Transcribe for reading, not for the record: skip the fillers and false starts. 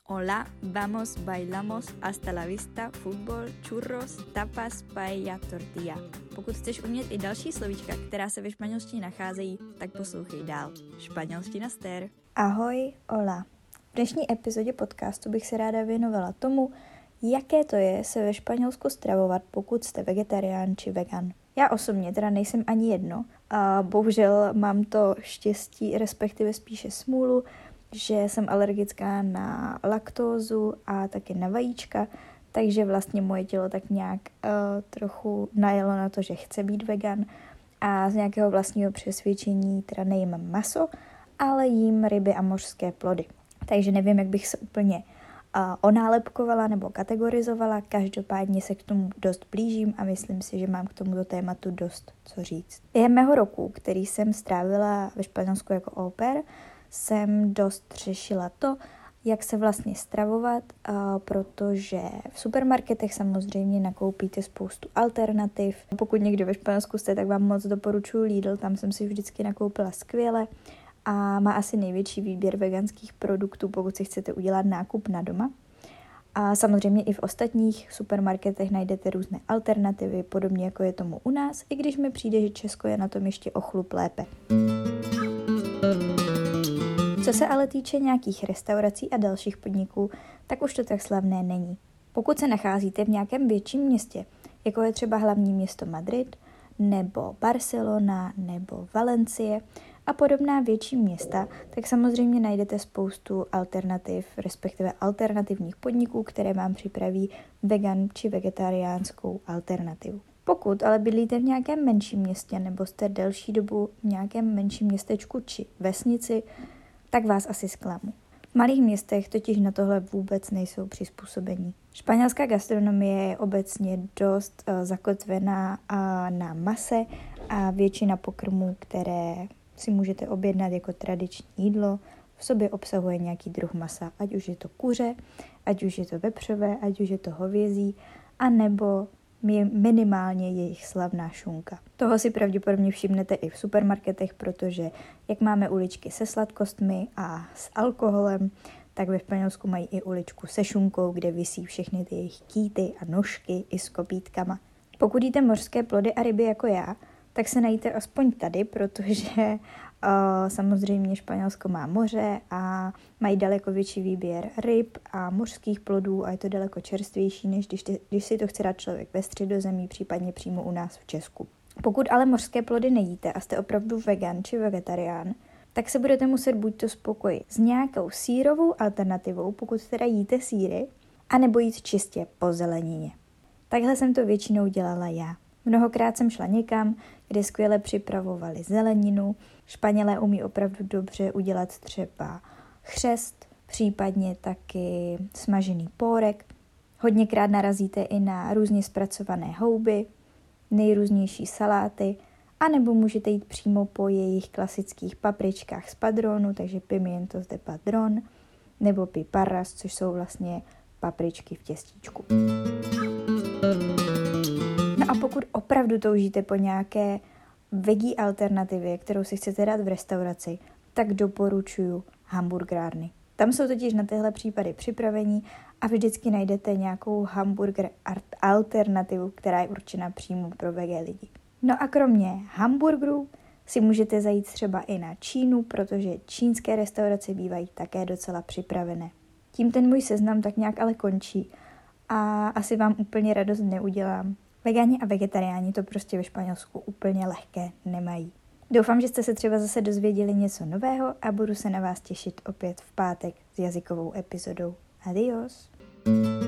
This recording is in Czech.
Hola, vamos, bailamos, hasta la vista, fútbol, churros, tapas, paella, tortilla. Pokud chceš umět i další slovíčka, která se ve španělštině nacházejí, tak poslouchej dál. Španělština stér. Ahoj, hola. V dnešní epizodě podcastu bych se ráda věnovala tomu, jaké to je se ve Španělsku stravovat, pokud jste vegetarián či vegan. Já osobně teda nejsem ani jedno a bohužel mám to štěstí, respektive spíše smůlu, že jsem alergická na laktózu a taky na vajíčka, takže vlastně moje tělo tak nějak trochu najelo na to, že chce být vegan a z nějakého vlastního přesvědčení teda nejím maso, ale jím ryby a mořské plody. Takže nevím, jak bych se úplně onálepkovala nebo kategorizovala, každopádně se k tomu dost blížím a myslím si, že mám k tomuto tématu dost co říct. Během mého roku, který jsem strávila ve Španělsku jako au pair, jsem dost řešila to, jak se vlastně stravovat, protože v supermarketech samozřejmě nakoupíte spoustu alternativ. Pokud někdo ve Španělsku jste, tak vám moc doporučuji Lidl, tam jsem si vždycky nakoupila skvěle a má asi největší výběr veganských produktů, pokud si chcete udělat nákup na doma. A samozřejmě i v ostatních supermarketech najdete různé alternativy, podobně jako je tomu u nás, i když mi přijde, že Česko je na tom ještě o chlup lépe. Co se ale týče nějakých restaurací a dalších podniků, tak už to tak slavné není. Pokud se nacházíte v nějakém větším městě, jako je třeba hlavní město Madrid, nebo Barcelona, nebo Valencie a podobná větší města, tak samozřejmě najdete spoustu alternativ, respektive alternativních podniků, které vám připraví vegan či vegetariánskou alternativu. Pokud ale bydlíte v nějakém menším městě nebo jste delší dobu v nějakém menším městečku či vesnici, tak vás asi zklamu. V malých městech totiž na tohle vůbec nejsou přizpůsobení. Španělská gastronomie je obecně dost zakotvená na mase a většina pokrmů, které si můžete objednat jako tradiční jídlo, v sobě obsahuje nějaký druh masa, ať už je to kuře, ať už je to vepřové, ať už je to hovězí, anebo minimálně jejich slavná šunka. Toho si pravděpodobně všimnete i v supermarketech, protože jak máme uličky se sladkostmi a s alkoholem, tak ve Španělsku mají i uličku se šunkou, kde visí všechny ty jejich kýty a nožky i s kopítkama. Pokud jíte mořské plody a ryby jako já, tak se najíte aspoň tady, protože samozřejmě Španělsko má moře a mají daleko větší výběr ryb a mořských plodů a je to daleko čerstvější, než když si to chce dát člověk ve Středozemí, případně přímo u nás v Česku. Pokud ale mořské plody nejíte a jste opravdu vegan či vegetarián, tak se budete muset buď to spokojit s nějakou sýrovou alternativou, pokud teda jíte sýry, anebo jít čistě po zelenině. Takhle jsem to většinou dělala já. Mnohokrát jsem šla někam, kde skvěle připravovali zeleninu. Španělé umí opravdu dobře udělat třeba chřest, případně taky smažený pórek. Hodněkrát narazíte i na různě zpracované houby, nejrůznější saláty, anebo můžete jít přímo po jejich klasických papričkách z padronu, takže pimientos de padrón, nebo piparras, což jsou vlastně papričky v těstíčku. No a pokud opravdu toužíte po nějaké veggie alternativě, kterou si chcete dát v restauraci, tak doporučuji hamburgerárny. Tam jsou totiž na tyhle případy připravení a vždycky najdete nějakou hamburger alternativu, která je určena přímo pro veggie lidi. No a kromě hamburgerů si můžete zajít třeba i na Čínu, protože čínské restaurace bývají také docela připravené. Tím ten můj seznam tak nějak ale končí a asi vám úplně radost neudělám. Vegáni a vegetariáni to prostě ve Španělsku úplně lehké nemají. Doufám, že jste se třeba zase dozvěděli něco nového a budu se na vás těšit opět v pátek s jazykovou epizodou. Adios!